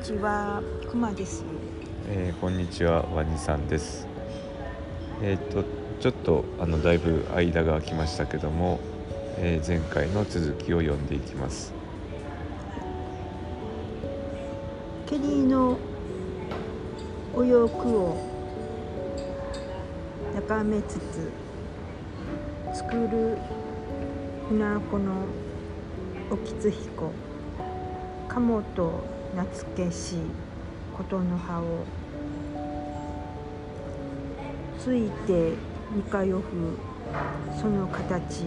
ちは、くまです。 こんにちは、ワニさんです。ちょっとだいぶ間が空きましたけども、前回の続きを読んでいきます。 ケリーのお洋服を眺めつつ作る船子のおきつ彦、鴨と懐けしことの葉をついてにかよふその形。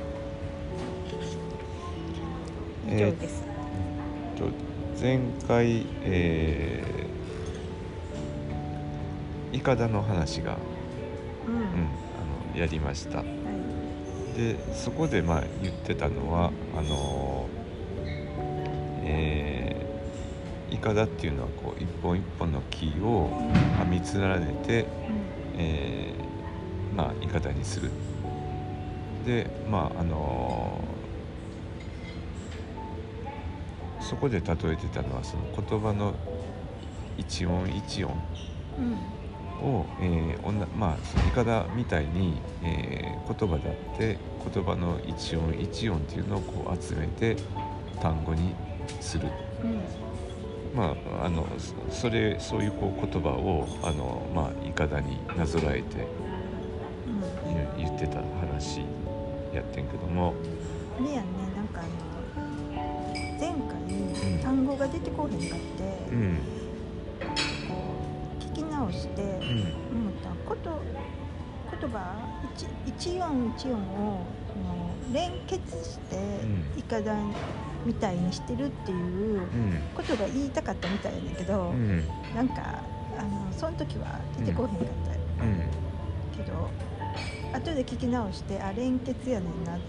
以上です。 前回、イカダの話が、やりました。でそこで言ってたのはイカダっていうのはこう一本一本の木を編み連ねて、イカダにする。でそこで例えてたのはその言葉の一音一音を、そのイカダみたいに、言葉だって言葉の一音一音っていうのをこう集めて単語にする。そういうこう言葉をイカダになぞらえて、言ってた話やってんけども、 あれやね、なんか前回、単語が出てこへんかって、聞き直して、思った言葉一音一音を連結してイカダみたいにしてるっていうことが言いたかったみたいやねんけど、なんかその時は出てこへんかった、けど後で聞き直して連結やねんなって、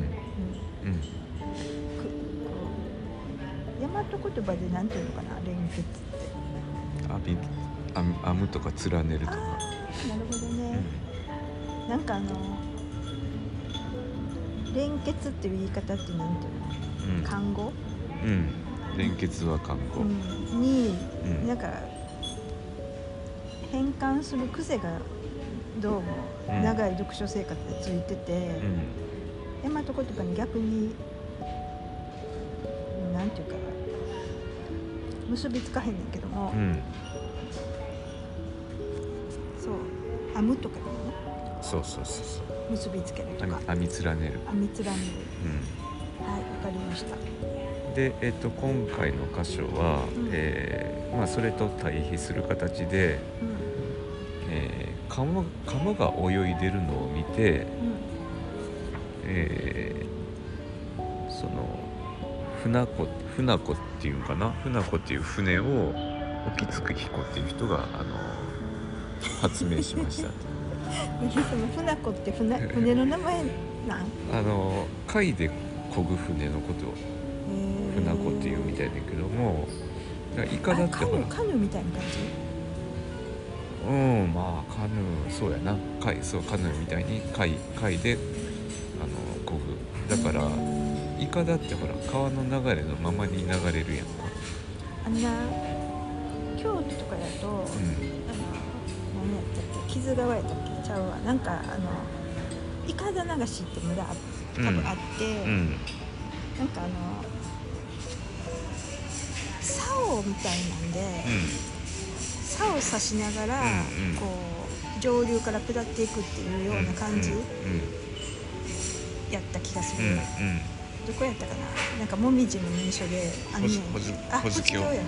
大和言葉でなんていうのかな、連結って編むとか連ねるとか。 なるほどね、なんか連結っていう言い方ってなんていうの、漢語、 連結は漢語、 に、なんか変換する癖がどうも長い読書生活でついてて、大和言葉に逆になんていうか結びつかへんねんけども、そう編むとかでもね、 そう結びつけるとか編み連ねる、 はい、わかりました。 で、今回の箇所は、それと対比する形で、カモが泳いでるのを見て、その船子っていうのかな、船子っていう船をおきつく彦っていう人が発明しましたその船子って船の名前なん？ 貝で漕ぐ船のことを船子っていうみたいだけども、イカだってほらカヌーみたいな感じ？ カヌー、そうやな、カヌーみたいに貝で漕ぐ。だからイカだってほら川の流れのままに流れるやんか。 京都とかやと、何やったっけ、木津川やったっけ、ちゃうわ、なんかイカダ流しって村多分あって、なんか竿みたいなんで、竿を刺しながら、こう上流から下っていくっていうような感じ、やった気がする。どこやったかな、なんかもみじの名所で保津峡や、 なんか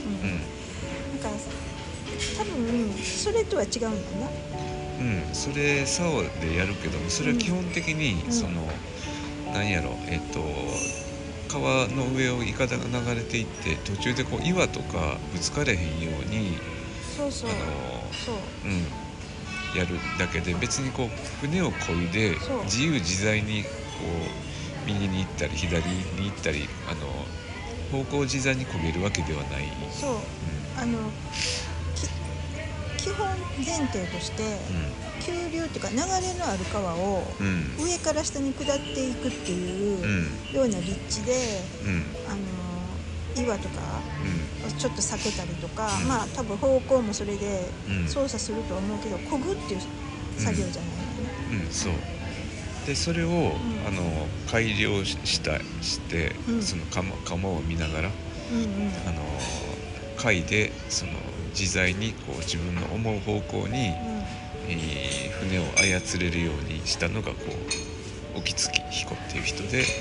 多分それとは違うんだな。 それ竿でやるけども、それは基本的に何やろ、川の上をイカダが流れていって途中でこう岩とかぶつかれへんようにやるだけで、別にこう船を漕いで自由自在にこう右に行ったり左に行ったり方向自在に漕げるわけではない。 そう、基本前提として、急流っていうか流れのある川を上から下に下っていくっていうような立地で、 岩とかちょっと避けたりとか、まあ多分方向もそれで操作すると思うけど、漕ぐっていう作業じゃないのね。 そうでそれを、改良して、その釜を見ながら、貝でその自在にこう自分の思う方向に、船を操れるようにしたのがこう沖月彦っていう人で、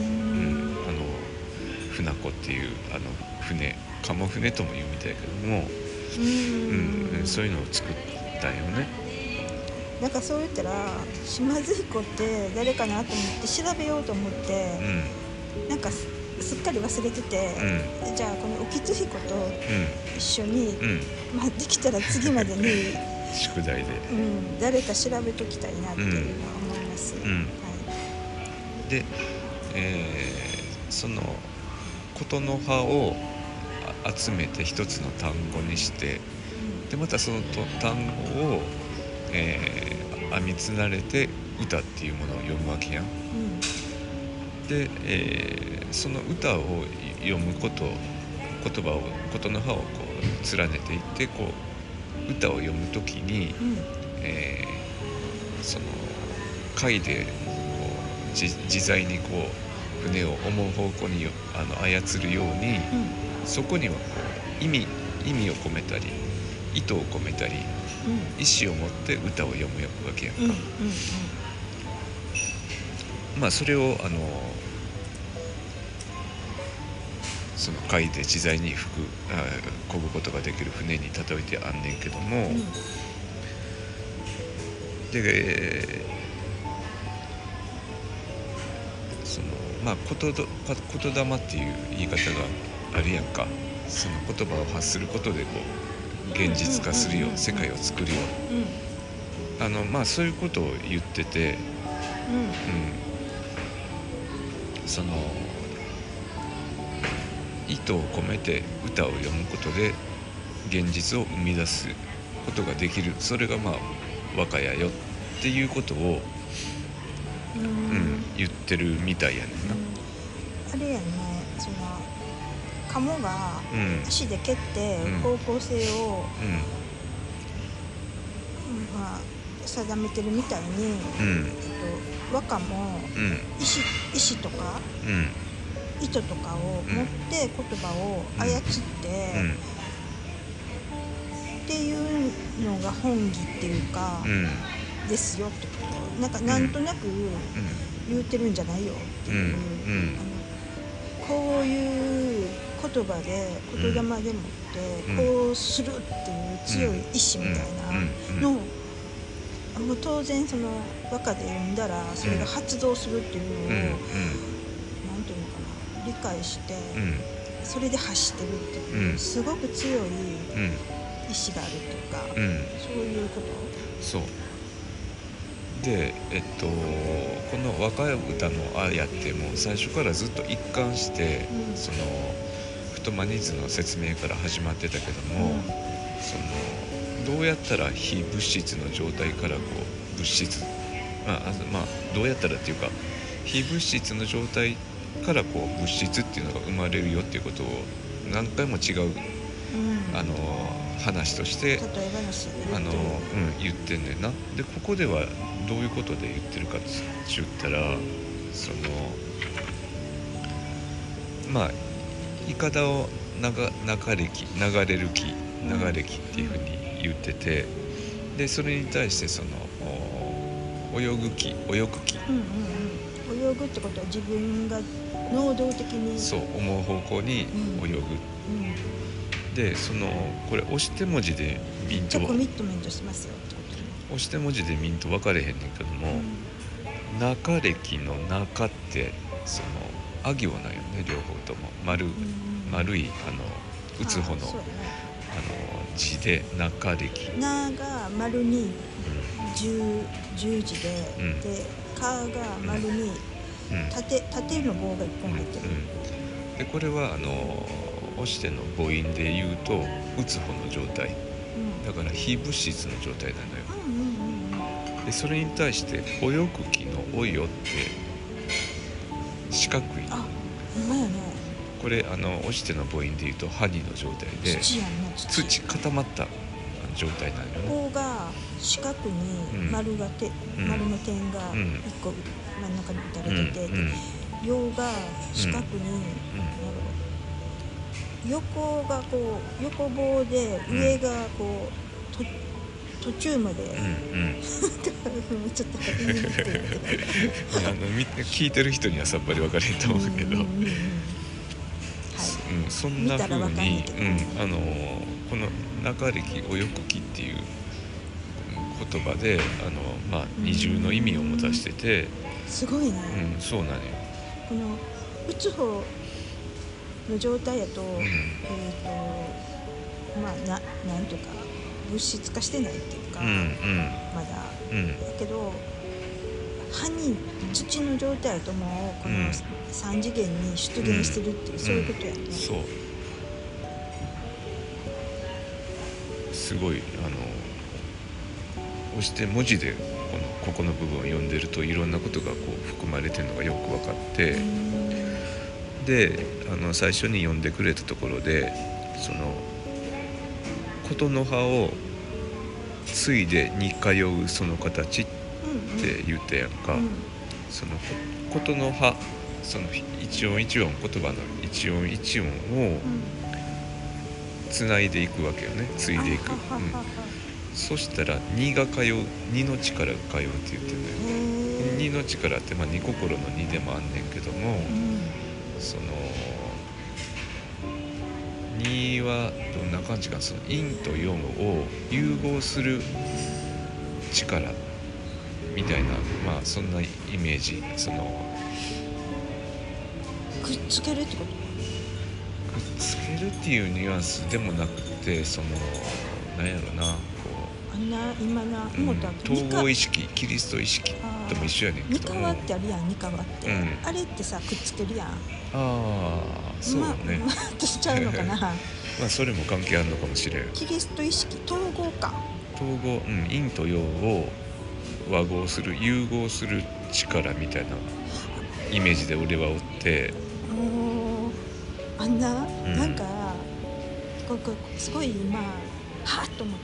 船子っていう船、鴨船とも言うみたいけども、そういうのを作ったよね。 なんかそう言ったら島津彦って誰かなと思って調べようと思って、なんかすっかり忘れてて、じゃあこの沖津彦と一緒に、できたら次までに宿題で、 誰か調べときたいなっていうのは思います。 で、その琴の葉を集めて一つの単語にして、でまたその単語を、編みつなれて歌っていうものを読むわけやん。で、その歌を読むこと、言葉を琴の葉をこう連ねていってこう歌を読むときに、その貝でこう自在にこう船を思う方向に操るように、そこにはこう意味を込めたり意図を込めたり、意思を持って歌を読むわけやんか。まあそれをその貝で自在に漕ぐことができる船に例えてあんねんけども、でそのまあ言霊っていう言い方があるやんか。その言葉を発することでこう現実化するよ、世界を作るよ、まあそういうことを言ってて、その意図を込めて歌を読むことで現実を生み出すことができる、それがまあ和歌やよっていうことを、言ってるみたいやねんな。 あれやね、その鴨が石で蹴って方向性を、定めてるみたいに、和歌も石とか、糸とかを持って言葉を操って、っていうのが本義っていうか、ですよってこと、なんとなく言うてるんじゃないよっていう、こういう言葉で言霊でもってこうするっていう強い意志みたいなのを、もう当然その和歌で読んだらそれが発動するっていうのを、なんていうのかな、理解して、それで発してるっていう、すごく強い意志があるっていうか、そういうこと。 そうで、この和歌歌のあやってもう最初からずっと一貫して、その太マニーズの説明から始まってたけども、そのどうやったら非物質の状態からこう物質、どうやったらっていうか非物質の状態からこう物質っていうのが生まれるよっていうことを何回も違う、話として言ってんねんな。でここではどういうことで言ってるかって言ったら、そのまあいかだを流れる木っていうふうに言ってて、でそれに対してその泳ぐ木、 泳ぐってことは自分が能動的にそう思う方向に泳ぐ、でそのこれ押して文字で見んとコミットメントしますよってこと、 押して文字で見んと分かれへんねんけども、中暦の中ってそのあ行なんよね、両方とも丸い打つ方の字で中暦、 なが丸に十字で、でかが丸に縦の棒が一本入ってる、 でこれは押しての母音で言うと打つ方の状態、だから非物質の状態なのよ。でそれに対して泳ぐ木のおよって四角い、 ほんまやね、 ここれ押しての母音でいうとハニの状態で土固まった状態なのよね。 棒が四角に丸の点が1個真ん中に打たれてて、陽が四角に、横がこう横棒で上がこう途中まで、ちょっと言いにくい聞いてる人にはさっぱり分かれへんと思うけど、そんな風に、この中暦およこきっていう言葉で二重の意味を持たせてて、 すごいね、 そうなのよ。 この打つ方の状態やと、なんとか物質化してないっていうか、まだ、だけど土の状態やともうこの3次元に出現してるっていう、そういうことやね。 そうすごい押して文字でここの部分を読んでるといろんなことがこう含まれてるのがよく分かって、で最初に読んでくれたところでその琴の葉を継いでに通うその形って言ったやんか、その琴の葉、その一音一音、言葉の一音一音をつないでいくわけよね、継いでいく。そしたら二が通う、二の力が通うって言ってるんだよ。二の力って二心の二でもあんねんけども、その2はどんな感じか、その陰と陽を融合する力みたいな、そんなイメージ。そのくっつけるってこと？ くっつけるっていうニュアンスでもなくて、そのなんやろな、こう今思った統合意識、キリスト意識とも一緒やねんけども、 ニカワってあるやん、ニカワって、あれってさくっつけるやん。 そうね。 しちゃうのかな。 それも関係あるのかもしれん。 キリスト意識統合か。 統合、陰と陽を和合する、融合する力みたいなイメージで俺はおって、 なんかすごい今はっと思って、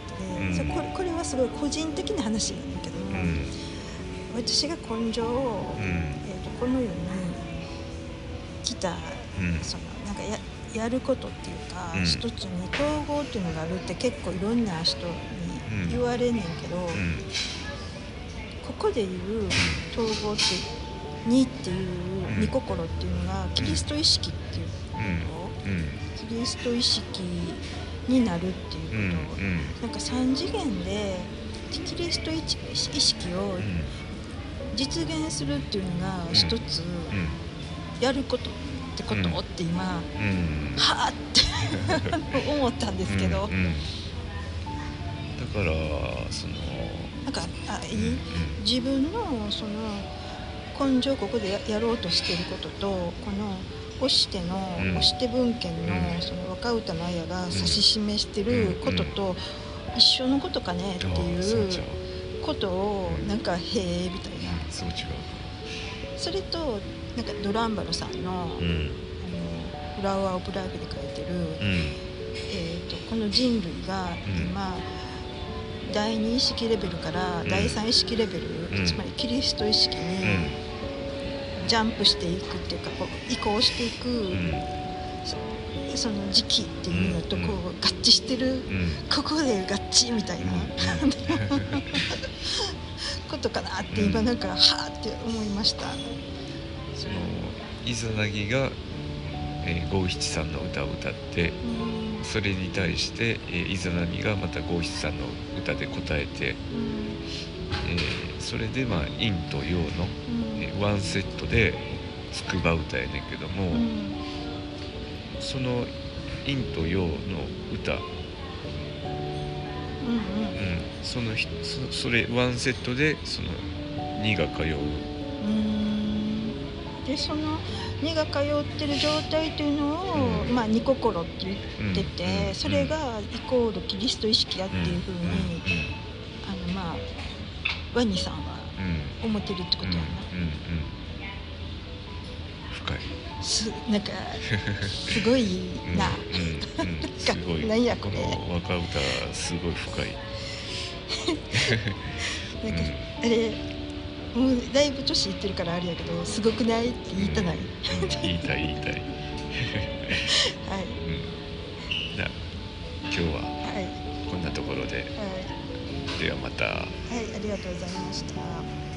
これはすごい個人的な話なんだけど、私が根性を、この世に来た、そのなんかやることっていうか、一つに統合っていうのがあるって結構いろんな人に言われんねんけど、ここで言う統合って2っていう2心っていうのがキリスト意識っていうの、キリスト意識になるっていうこと、なんか3次元でキリスト意識を実現するっていうのが一つやることってことって今、はぁって思ったんですけど、だからそのなんか自分のその根性ここで やろうとしてることと、この押して文献のその若歌のあやが指し示してることと一緒のことかねっていうことをなんかへえみたいな。 そう違う。 それとなんかドランバロさんのフラワーオブライフで書いてる、この人類が今、第二意識レベルから第三意識レベル、つまりキリスト意識にジャンプしていくっていうか、こう移行していく、その時期っていうのとこう合致してる、ここで合致みたいな、ことかなって今なんかはーって思いました。 そのイザナギが五七さんの歌を歌って、それに対してイザナミがまた五七さんの歌で答えて、それで陰と陽の、ワンセットで筑波歌やねんけども、その陰と陽の歌、それワンセットでその2が通う。 でその2が通ってる状態というのを、二心って言ってて、それがイコールキリスト意識やっていうふうに、ワニさんは思ってるってことやな。 深い。 なんかすごいな、 すごい。 何やこれ。 この若歌すごい深い。 なんか、あれもうだいぶ年いってるからあれやけど、すごくないって言いたない。 言いたい。はい。じゃあ今日はこんなところで、ではまた。 はい、ありがとうございました。